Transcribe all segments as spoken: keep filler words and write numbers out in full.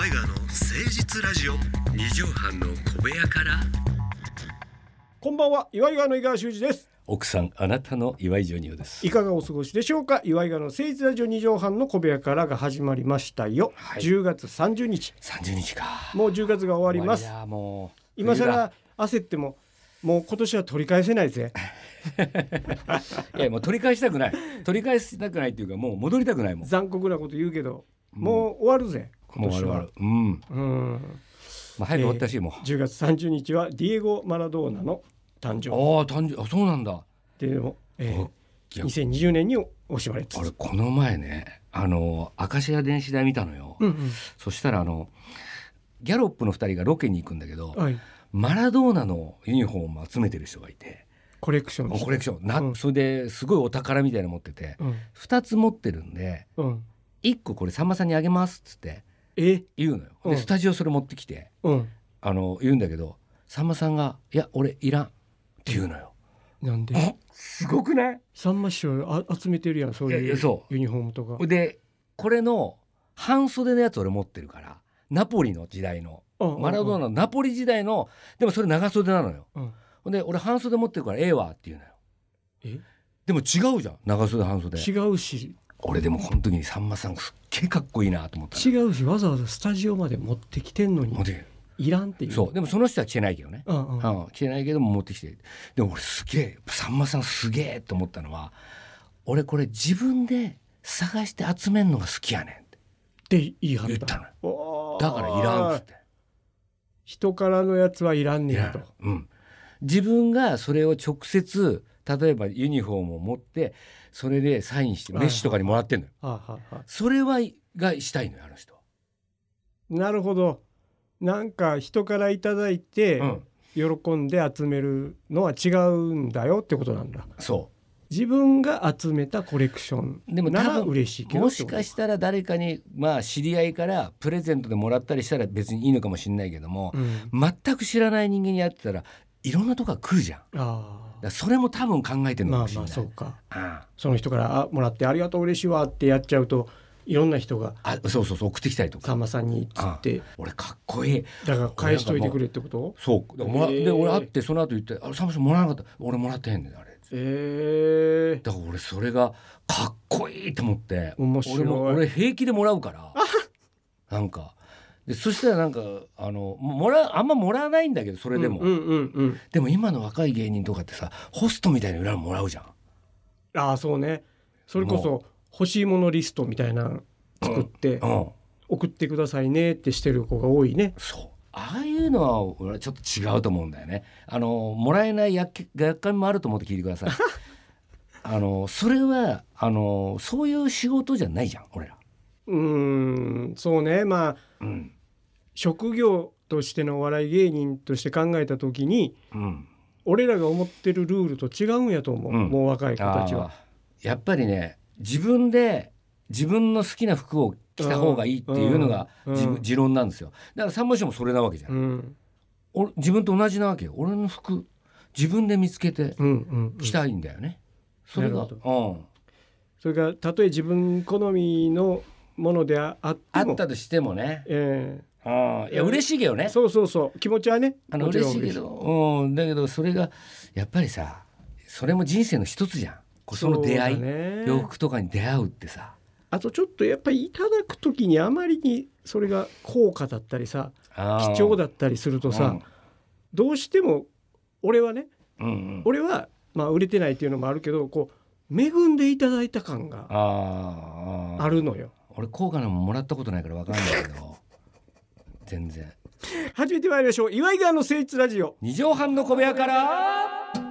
岩井川の誠実ラジオ。 二畳半の小部屋から。 こんばんは、岩井川の井川修司です。 奥さん、あなたの岩井ジョニオです。 いかがお過ごしでしょうか。岩井川の誠実ラジオ二畳半の小部屋からが始まりましたよ、はい、じゅうがつさんじゅうにち。 さんじゅうにちか。 もうじゅうがつが終わります。 いやもう今更焦ってももう今年は取り返せないぜいやもう取り返したくない取り返したくないっていうか、もう戻りたくないもん。 残酷なこと言うけど、もう終わるぜ今年は。もう終わる、うん、うんまあ、早く終わったし、もう、 えー、じゅうがつさんじゅうにちはディエゴ・マラドーナの誕生。 ああ、誕生、あ、そうなんだ。 でも、えー、にせんにじゅうねんに惜しまれつつ。 俺この前ね、あの明石家電子台見たのよ、うんうん、そしたらあのギャロップのふたりがロケに行くんだけど、はい、マラドーナのユニフォームを集めてる人がいて、 コレクションコレクションな、うん、それですごいお宝みたいなの持ってて、うん、ふたつ持ってるんで、うん、いっここれさんまさんにあげますっつって言うのよ。でスタジオそれ持ってきて、うん、あの言うんだけど、さんまさんがいや俺いらんって言うのよ。 なんで？ すごくない？ さんま師匠集めてるやん、そういうユニフォームとかで。 これの半袖のやつ俺持ってるから、ナポリの時代のマラドーナのナポリ時代の、でもそれ長袖なのよ、うん、で俺半袖持ってるからええわって言うのよ。えでも違うじゃん、長袖半袖違うし。俺でもこの時にさんまさんすっげえかっこいいなと思った。 違うし、わざわざスタジオまで持ってきてんのにいらんっていう。 そう、でもその人は着てないけどね、うんうんうん、着てないけども持ってきて。でも俺すげえ、さんまさんすげえと思ったのは、俺これ自分で探して集めるのが好きやねんって言い張った。 言ったの。だからいらんっつって。 人からのやつはいらんねんと、 うん、自分がそれを直接、例えばユニフォームを持ってそれでサインしてメッシとかにもらってんのよ、はいはいはい、それはがしたいのよ、あの人は。 なるほど。なんか人からいただいて、うん、喜んで集めるのは違うんだよってことなんだ。 そう、 自分が集めたコレクションなら嬉しいけど、 もしかしたら誰かに、まあ、知り合いからプレゼントでもらったりしたら別にいいのかもしれないけども、うん、全く知らない人間にやってたらいろんなとこが来るじゃん。あだそれも多分考えてるのかもしれない。まあまあそうか。ああその人からあもらってありがとう嬉しいわってやっちゃうと、いろんな人があそうそうそう送ってきたりとか、 さんまさんにっつって、 俺かっこいいだから返しといてくれってこと。 そうだからもら、えー、で俺会ってその後言って、あさんまさんもらわなかった、俺もらってへんねんあれ。えー、だから俺それがかっこいいと思って、面白い。俺も俺平気でもらうからなんかで、そしたらなんかあのもらあんまもらわないんだけど、それでも、うんうんうんうん、でも今の若い芸人とかってさ、ホストみたいな裏ももらうじゃん。 ああそうね。それこそ欲しいものリストみたいなの作って、うんうん、送ってくださいねってしてる子が多いね。 そう、ああいうのは俺はちょっと違うと思うんだよね。あのもらえない薬学もあると思って聞いてくださいあのそれはあのそういう仕事じゃないじゃん俺ら。 うーんそうね、まあ、うん、職業としてのお笑い芸人として考えた時に、うん、俺らが思ってるルールと違うんやと思う、うん、もう若い子たちはやっぱりね、自分で自分の好きな服を着た方がいいっていうのが、うん、持論なんですよ。だからさんま師匠もそれなわけじゃん、うん、俺自分と同じなわけよ。俺の服自分で見つけて着たいんだよね、うんうんうん、それが、うん、 それがたとえ自分好みのものであってもあったとしてもね、えー、あいや嬉しいけどね、 そうそうそう気持ちはね、 あの嬉しいけど、うん、だけどそれがやっぱりさ、それも人生の一つじゃん。その出会い、洋服とかに出会うってさ。 あとちょっとやっぱりいただくときにあまりにそれが高価だったりさ、貴重だったりするとさ、うん、どうしても俺はね、うんうん、俺はまあ売れてないっていうのもあるけど、こう恵んでいただいた感があるのよ。 俺高価なもんもらったことないから分かんないけど全然。 始めてまいりましょう。岩井川の誠実ラジオ二畳半の小部屋から。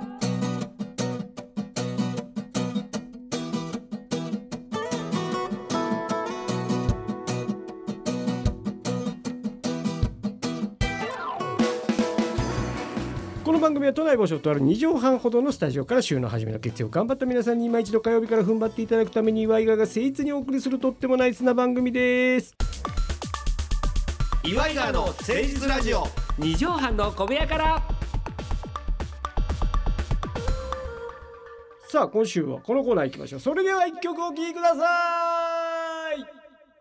この番組は都内某所とあるに畳半ほどのスタジオから週の初めの月曜頑張った皆さんに今一度火曜日から踏ん張っていただくために岩井川が誠実にお送りするとってもナイスな番組です。 岩井川の誠実ラジオに畳半の小部屋から。 さあ今週はこのコーナー行きましょう。それではいっきょくお聴きください。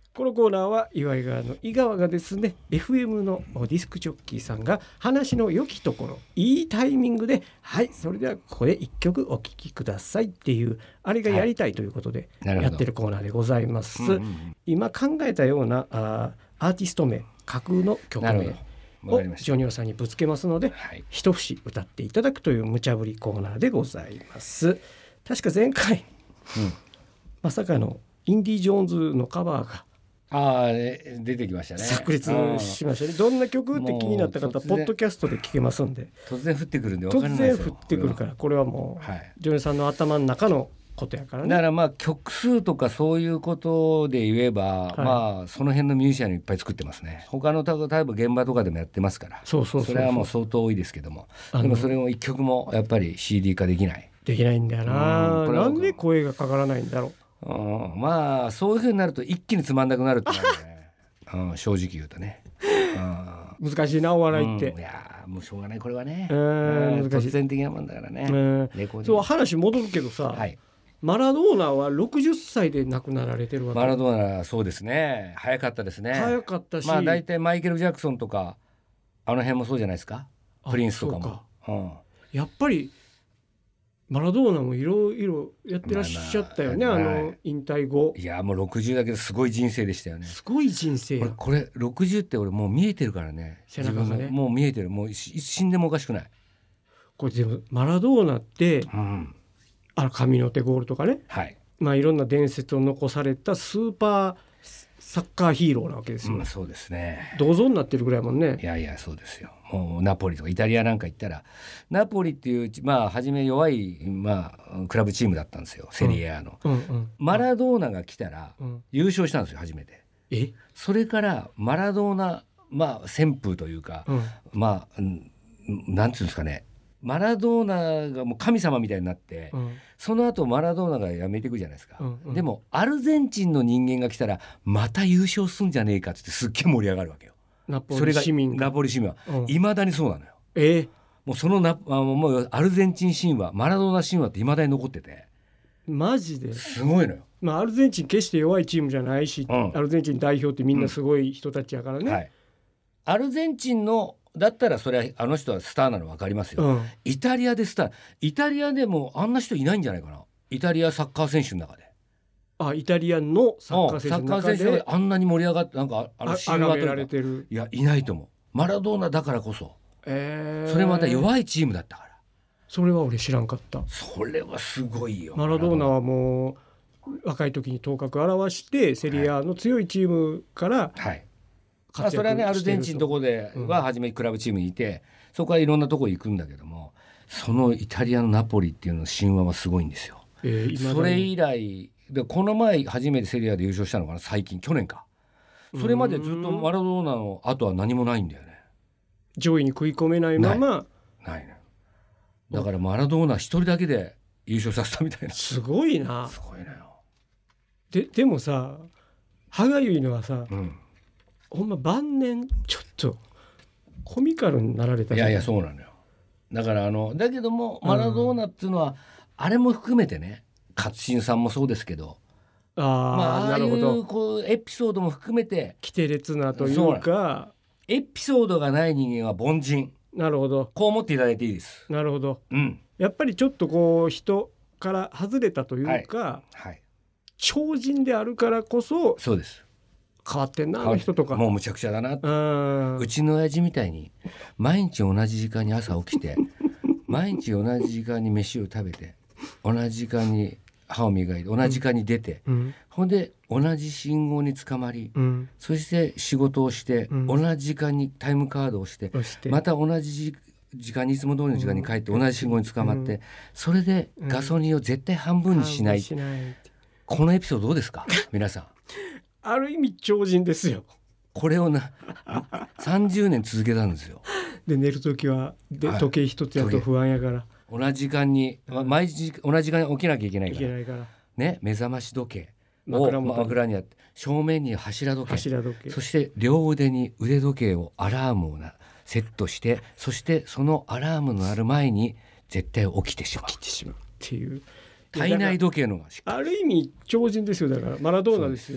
このコーナーは岩井川の井川がですね エフエム のディスクジョッキーさんが話の良きところいいタイミングではいそれではここで一曲お聴きくださいっていうあれがやりたいということでやってるコーナーでございます、はい、うんうん、今考えたようなあアーティスト名架空の曲名をジョニオさんにぶつけますので、はい、一節歌っていただくという無茶ぶりコーナーでございます。確か前回、うん、まさかのインディ・ジョーンズのカバーがあ出てきましたね。 炸裂しましたね。どんな曲って気になった方ポッドキャストで聞けますんで。 突然降ってくるんで分かんないですよ。 突然降ってくるからこれはもう、はい、ジョニオさんの頭の中のことやからね。 だからまあ曲数とかそういうことで言えば、はい、まあその辺のミュージシャンいっぱい作ってますね。他の例えば現場とかでもやってますから。 そうそうそうそう、 それはもう相当多いですけども、でもそれを一曲もやっぱり シーディー 化できないできないんだよな、うん、なんで声がかからないんだろう、うん、まあそういう風になると一気につまんなくなるってなるね、うん、正直言うとね、 うん、難しいなお笑いって、 うん、いやもうしょうがないこれはね、 えー、難しい突然的なもんだからね、えー、そう話戻るけどさ、はい、マラドーナはろくじゅっさいで亡くなられてるわけ。 マラドーナそうですね、早かったですね。 早かったし、 まあ大体マイケル・ジャクソンとかあの辺もそうじゃないですか、プリンスとかもか、うん、やっぱりマラドーナもいろいろやってらっしゃったよね、まあまあ、あの引退後。 いやもうろくじゅうだけどすごい人生でしたよね。 すごい人生。 俺これろくじゅうって俺もう見えてるからね、 背中がね、 もう見えてる、もう一瞬でもおかしくない。 これでもマラドーナって、うん、あの神の手ゴールとかね、はい、まあいろんな伝説を残されたスーパーサッカーヒーローなわけですよ、 うん、そうですね、 銅像になってるぐらいもんね。 いやいやそうですよ。もうナポリとかイタリアなんか行ったら、ナポリっていうまあ初め弱い、まあ、クラブチームだったんですよ、セリエ A の、うんうんうん、マラドーナが来たら優勝したんですよ初めて。 えそれからマラドーナ、まあ旋風というか、うん、まあなんていうんですかね、マラドーナがもう神様みたいになって、うん、その後マラドーナが辞めていくじゃないですか、うんうん、でもアルゼンチンの人間が来たらまた優勝すんじゃねえかってすっげえ盛り上がるわけよ。 ナポリ市民が、 ナポリ市民はいまだにそうなのよ、 えー、 もうそのなあのもうアルゼンチン神話、マラドーナ神話っていまだに残ってて、 マジですごいのよ。 まあ、アルゼンチン決して弱いチームじゃないし、うん、アルゼンチン代表ってみんなすごい人たちやからね、うんはい、 アルゼンチンのだったらそれはあの人はスターなの分かりますよ、うん、イタリアでスター、イタリアでもあんな人いないんじゃないかな、イタリアサッカー選手の中で。 あ、イタリアのサッカー選手の中で、 サッカー選手あんなに盛り上がってなんかあの神話とられてる、 いやいないと思う。マラドーナだからこそ、 えー、 それまた弱いチームだったから。 それは俺知らんかった。 それはすごいよ。 マラドーナはもう若い時に頭角を現してセリアの強いチームから活躍してると、はいまあ、それはねアルゼンチンのとこでは初めクラブチームにいて、うん、そこはいろんなとこ行くんだけども、そのイタリアのナポリっていうの神話はすごいんですよ、えー、それ以来でこの前初めてセリアで優勝したのかな、最近去年か。それまでずっとマラドーナの後は何もないんだよね。 上位に食い込めないままない、ないね。だからマラドーナ一人だけで優勝させたみたいな。 すごいな。 すごいなよ。 で、でもさ歯がゆいのはさ、うん、ほんま晩年ちょっとコミカルになられた。 いやいやそうなのよ。だからあのだけどもマラドーナっていうのは、うん、あれも含めてね、勝新さんもそうですけど、 あ、 まあ、ああいうこうエピソードも含めて奇て烈なというか、 エピソードがない人間は凡人。 なるほど。 こう思っていただいていいです。 なるほど、 うん、 やっぱりちょっとこう人から外れたというか、はいはい、超人であるからこそそうです。 変わってんなあの人とか、 もうむちゃくちゃだな。うちの親父みたいに毎日同じ時間に朝起きて毎日同じ時間に飯を食べて同じ時間に歯を磨いて同じ時間に出て、うん、ほんで同じ信号に捕まり、うん、そして仕事をして、うん、同じ時間にタイムカードをして、してまた同じ時間にいつも通りの時間に帰って、うん、同じ信号に捕まって、うん、それでガソリンを絶対半分にしない、うん、しない、このエピソードどうですか皆さん。 ある意味超人ですよ。 これをなさんじゅうねん続けたんですよ。 で寝るときはで時計一つやと不安やから、 同じ時間に、うん、毎日同じ時間に起きなきゃいけないから、 いけないからね、目覚まし時計を枕にあって、正面に柱時計、 柱時計、 そして両腕に腕時計をアラームをなセットして、そしてそのアラームの鳴る前に絶対起きてしまう、 起きてしまうっていう体内時計のがある意味超人ですよ。だからマラドーナですよ。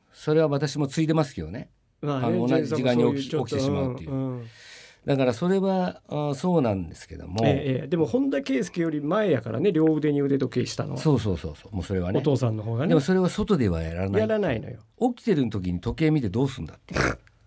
それは私もついでますけどね、まあね、あの同じ時間に起き、起きてしまうっていう、うんうん、だからそれはあそうなんですけども、 ええ、でも本田圭佑より前やからね、両腕に腕時計したのは。 そうそうそうそう、もうそれはね、 お父さんの方がね。 でもそれは外ではやらない、 やらないのよ。 起きてる時に時計見てどうすんだって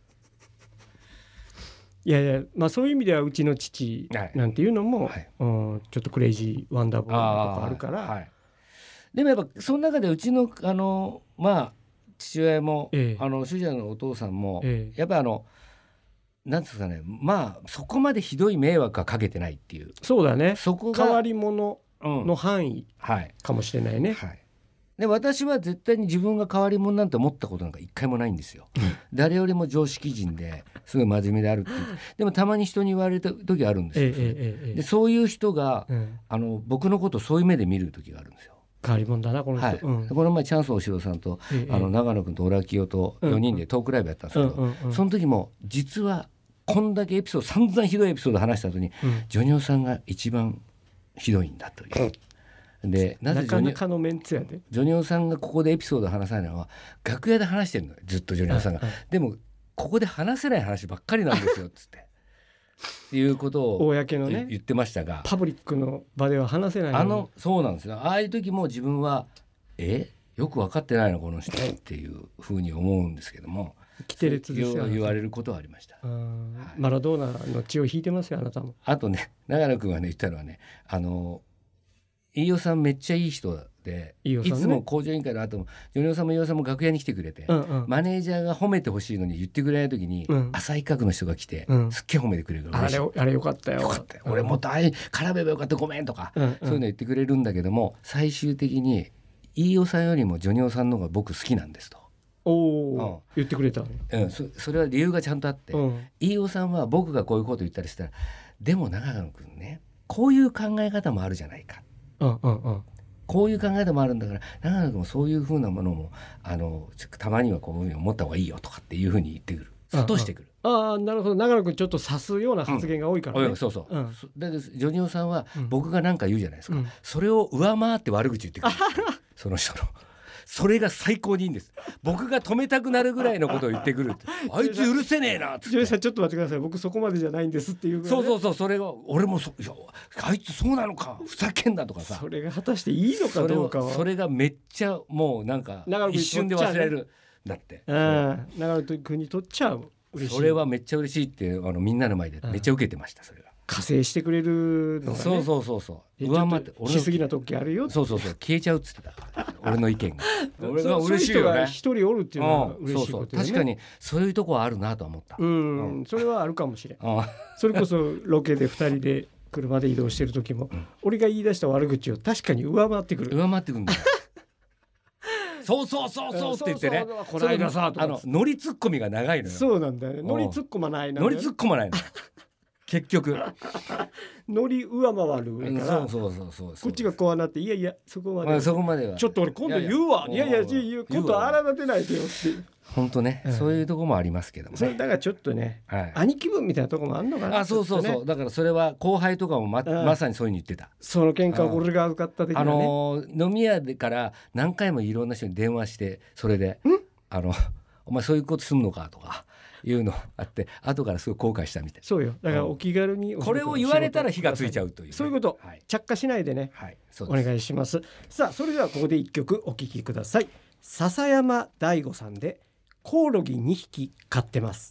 いやいや、まあそういう意味ではうちの父なんていうのも、はいうん、ちょっとクレイジーワンダーボーイとかあるから、はい、 でもやっぱその中でうちのあのまあ父親も、ええ、あの主者のお父さんも、ええ、やっぱりあのなんですかね、まあそこまでひどい迷惑はかけてないっていう。 そうだね、 そこが変わり者の範囲かもしれないね、うんはいはい、 で私は絶対に自分が変わり者なんて思ったことなんか一回もないんですよ誰よりも常識人ですごい真面目であるっていうでもたまに人に言われた時があるんですよ、ええええ、でそういう人が、うん、あの僕のことをそういう目で見る時があるんですよ。 変わり者だなこの人、はいうん、 この前チャンス大城さんと、ええ、あの長野君とオラキオとよにんでトークライブやったんですけど、うんうんうん、その時も実はこんだけエピソード散々ひどいエピソード話した後に、うん、ジョニオさんが一番ひどいんだという、うん、でなぜジョニオ、なかなかのメンツやで、ジョニオさんがここでエピソードを話さないのは楽屋で話してるのよずっとジョニオさんが、でもここで話せない話ばっかりなんですよっつってっていうことを公の、ね、言ってましたが、 パブリックの場では話せないのあのそうなんですよ。ああいう時も自分はえよく分かってないのこの人っていうふうに思うんですけども、 規定列ですよ、 言われることはありました、はい、 マラドーナの血を引いてますよあなたも。 あとね長野くんがね言ったのはね、あの飯尾さんめっちゃいい人で、ね、いつも工場委員会の後もジョニオさんも飯尾さんも楽屋に来てくれて、うんうん、マネージャーが褒めてほしいのに言ってくれない時に、うん、浅井角の人が来て、うん、すっげえ褒めてくれるから嬉しい。 あれ、あれよかったよ、 よかったよ、うん、俺もっと絡めばよかったごめんとか、うんうん、そういうの言ってくれるんだけども、最終的に飯尾さんよりもジョニオさんの方が僕好きなんですと。 お、うん、言ってくれた、 うん、そ, それは理由がちゃんとあって、うん、飯尾さんは僕がこういうこと言ったりしたら、でも長野くんねこういう考え方もあるじゃないか、うんうんうん、こういう考え方もあるんだから長野くんもそういう風なものもあのたまにはこういうふうに思った方がいいよとかっていうふうに言ってくる、諭してくる。 ああ、なるほど、長野くんちょっと指すような発言が多いからね、 うん、そうそう、うん、だけどジョニオさんは僕が何か言うじゃないですか、うん、それを上回って悪口言ってくるその人のそれが最高にいいんです。僕が止めたくなるぐらいのことを言ってくるってあいつ許せねえなっつって、ジョニオさんちょっと待ってください、僕そこまでじゃないんですっていうぐらい、ね、そうそうそう、それが俺もそいやあいつそうなのかふざけんなとかさ、それが果たしていいのかどうかは そ, それがめっちゃもうなんか一瞬で忘れる、だって長野君にとっちゃ嬉しい、それはめっちゃ嬉しいってあのみんなの前でめっちゃ受けてました。それが加勢してくれるのが、ね、そうそうそうそう上回ってしすぎな時あるよ、そうそうそう消えちゃうっつってた俺の意見が俺が嬉しいよね、一人おるっていうのは嬉しいことよね、そうそう確かにそういうとこはあるなと思った、うん、うん、それはあるかもしれんそれこそロケでふたりで車で移動してる時も、うん、俺が言い出した悪口を確かに上回ってくる上回ってくるんだよそうそうそうそうって言ってね、この間さとかあの乗りツッコミが長いのよ。そうなんだよね、乗りツッコまないの、乗りツッコまないの結局乗り上回る上から、そうそうそうそう、こっちがこうなって、いやいやそこまで、そこまではちょっと俺今度言うわ、いやいや言う今度荒立てないでよって本当ね、うん、そういうとこもありますけどもね、それだからちょっとね、はい、兄貴分みたいなとこもあんのかな、あ、そうそうそう、ね、だからそれは後輩とかも ま, まさにそういうふうに言ってた、その喧嘩を俺が受かった的なね、あの飲み屋でから何回もいろんな人に電話して、それであのお前そういうことすんのかとかいうのあって、後からすごい後悔したみたい。そうよ、だからお気軽に、うん、これを言われたら火がついちゃうという、ね、そういうこと、はい、着火しないでね、はい、そうです、お願いします。さあそれではここで一曲お聴きください。笹山大吾さんでコオロギにひき飼ってます。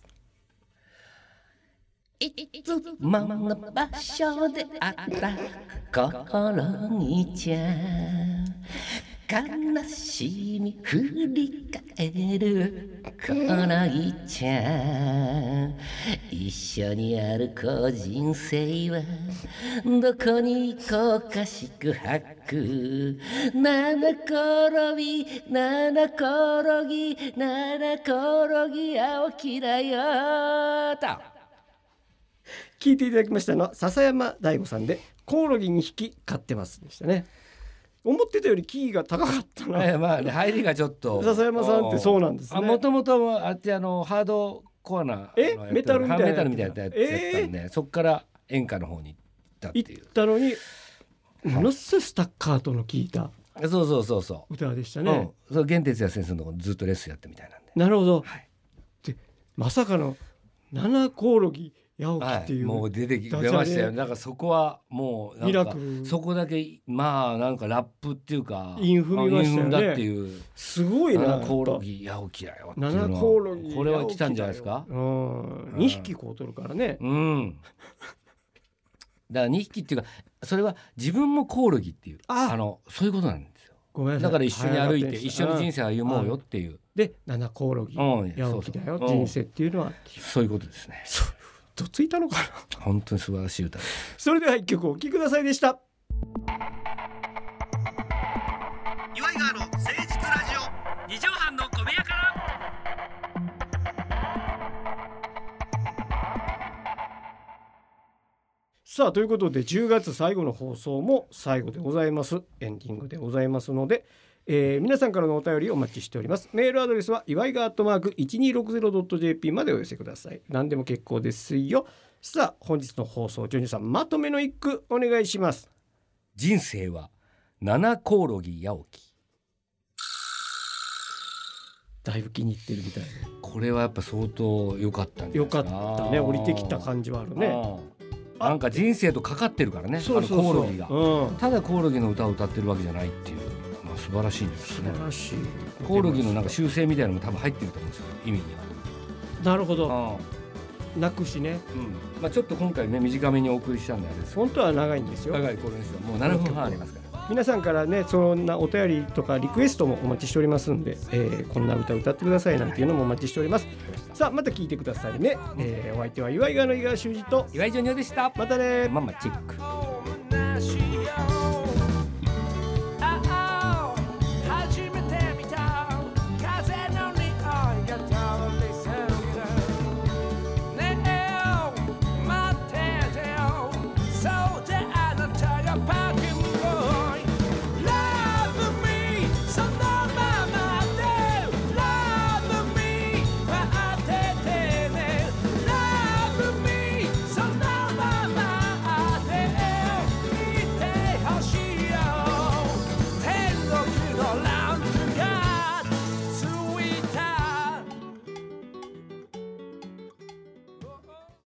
いつもの場所であったコオロギちゃん、悲しみ振り返るコオロギちゃん、一緒に歩こう人生はどこに行こうか四苦八苦、七転び七転ぎ七転ぎ青木だよと聞いていただきましたのは笹山大吾さんでコオロギにひき飼ってますでしたね。思ってたよりキーが高かったな、えーまあね、入りがちょっと笹山さんってそうなんですね。もともとあっちあのハードコアなえメタルみたいなメタルみたいなやつやったんで、えー、そっから演歌の方に行ったっていう行ったのにものすごいスタッカートの効いた、 そうそうそうそう歌でしたね、 うん、そう玄哲也先生のとこずっとレッスンやってみたいなんで。 なるほど、 はい、 でまさかの七コオロギ八起っていう、 はい、もう出てき出ましたよ。なんかそこはもうなんかミラクル、 そこだけまあなんかラップっていうかインフみましたよね。 だっていうすごいな。 七コオロギ八起きだよっていうのは七コオロギこれは来たんじゃないですか。 うん、にひきこうとるからね。 うん。だからにひきっていうかそれは自分もコオロギっていう あ, あのそういうことなんですよ。 ごめんなさい。 だから一緒に歩いて一緒に人生歩もうよっていう。 で七コオロギ八起きだよ、うん、人生っていうのはそういうことですね。 どついたのかな。 本当に素晴らしい歌です。 それでは一曲お聴きくださいでした。 岩井川の誠実ラジオ、 二畳半の小部屋から。 さあということでじゅうがつ最後の放送も最後でございます。エンディングでございますので、えー、皆さんからのお便りをお待ちしております。メールアドレスは岩井川アットマーク いちにーろくゼロドットジェーピー までお寄せください。何でも結構ですよ。さあ本日の放送、ジョニーさんまとめの一句お願いします。 人生は七コオロギ八起き。 だいぶ気に入ってるみたいな。 これはやっぱ相当良かったんじゃないですか。 良かったね。降りてきた感じはあるね。 なんか人生とかかってるからね。 そうそうそう、 あのコオロギが、うん、ただコオロギの歌を歌ってるわけじゃないっていう、まあ、素晴らしいですね。 素晴らしい。 コオロギのなんか習性みたいなのも多分入ってると思うんですよ、意味には。 なるほど。泣くしね、 うんまあ、ちょっと今回ね短めにお送りしたんであれです。 本当は長いんですよ。 長いこれにしてはもうななふんはんありますから。 皆さんからねそんなお便りとかリクエストもお待ちしておりますんで、えー、こんな歌歌ってくださいなんていうのもお待ちしております。さあまた聞いてくださいね、えー、お相手は岩井川の井川修司と岩井ジョニオでした。 またね。 ママチェック。